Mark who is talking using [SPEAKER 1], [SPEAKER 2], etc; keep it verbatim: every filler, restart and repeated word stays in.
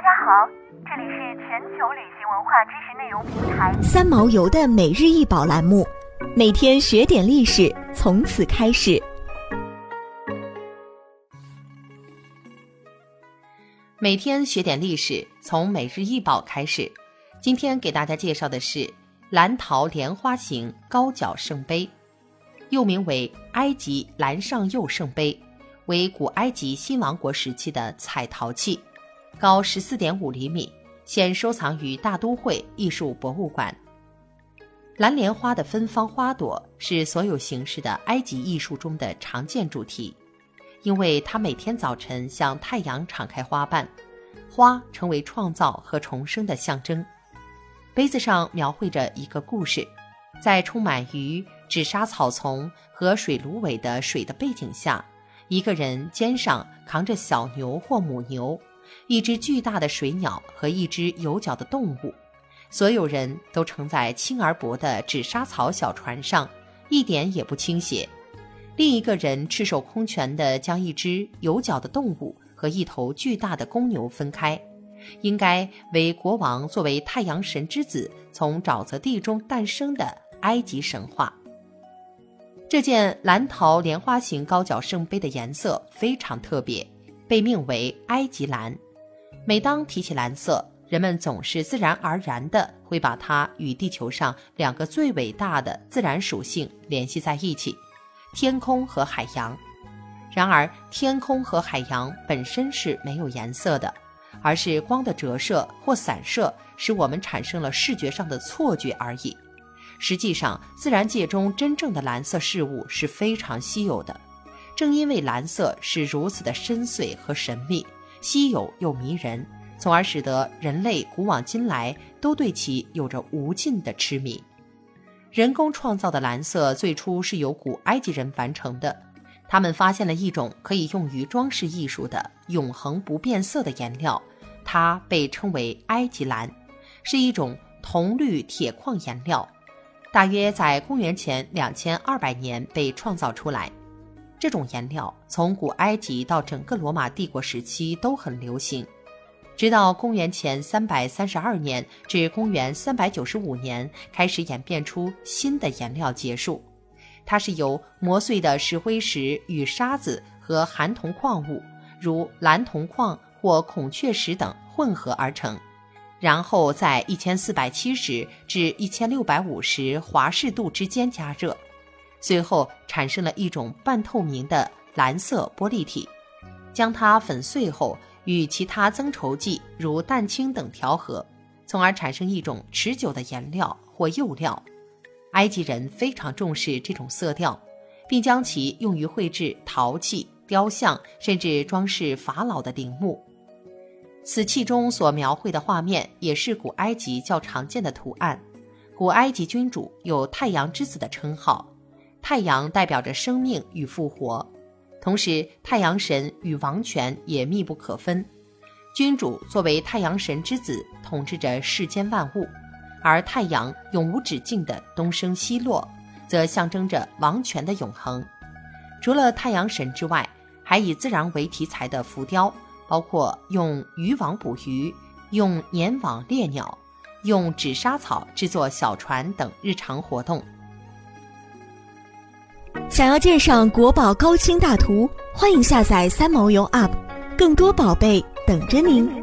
[SPEAKER 1] 家好，这里是全球旅行文化知识内容平台
[SPEAKER 2] 三毛游的每日一宝栏目，每天学点历史，从此开始。
[SPEAKER 3] 每天学点历史，从每日一宝开始。今天给大家介绍的是蓝陶莲花形高脚圣杯，又名为埃及蓝上釉圣杯，为古埃及新王国时期的彩陶器，高 十四点五厘米，现收藏于大都会艺术博物馆。蓝莲花的芬芳花朵是所有形式的埃及艺术中的常见主题，因为它每天早晨向太阳敞开花瓣，花成为创造和重生的象征。杯子上描绘着一个故事，在充满于纸莎草丛和水芦苇的水的背景下，一个人肩上扛着小牛或母牛，一只巨大的水鸟和一只有脚的动物，所有人都乘在轻而薄的纸莎草小船上，一点也不倾斜。另一个人赤手空拳地将一只有脚的动物和一头巨大的公牛分开，应该为国王作为太阳神之子从沼泽地中诞生的埃及神话。这件蓝陶莲花形高脚圣杯的颜色非常特别，被命为埃及蓝。每当提起蓝色，人们总是自然而然地会把它与地球上两个最伟大的自然属性联系在一起，天空和海洋。然而天空和海洋本身是没有颜色的，而是光的折射或散射使我们产生了视觉上的错觉而已。实际上，自然界中真正的蓝色事物是非常稀有的，正因为蓝色是如此的深邃和神秘，稀有又迷人，从而使得人类古往今来都对其有着无尽的痴迷。人工创造的蓝色最初是由古埃及人完成的，他们发现了一种可以用于装饰艺术的永恒不变色的颜料，它被称为埃及蓝，是一种铜绿铁矿颜料，大约在公元前两千二百年被创造出来。这种颜料从古埃及到整个罗马帝国时期都很流行，直到公元前三百三十二年至公元三百九十五年开始演变出新的颜料结束。它是由磨碎的石灰石与沙子和含铜矿物，如蓝铜矿或孔雀石等混合而成，然后在一千四百七十至一千六百五十华氏度之间加热，随后产生了一种半透明的蓝色玻璃体，将它粉碎后与其他增稠剂如氮氢等调和，从而产生一种持久的颜料或釉料。埃及人非常重视这种色调，并将其用于绘制陶器、雕像，甚至装饰法老的陵墓。此器中所描绘的画面也是古埃及较常见的图案。古埃及君主有太阳之子的称号，太阳代表着生命与复活，同时太阳神与王权也密不可分。君主作为太阳神之子，统治着世间万物，而太阳永无止境的东升西落，则象征着王权的永恒。除了太阳神之外，还以自然为题材的浮雕，包括用渔网捕鱼、用粘网猎鸟、用纸莎草制作小船等日常活动。
[SPEAKER 2] 想要鉴赏国宝高清大图，欢迎下载三毛游 App， 更多宝贝等着您。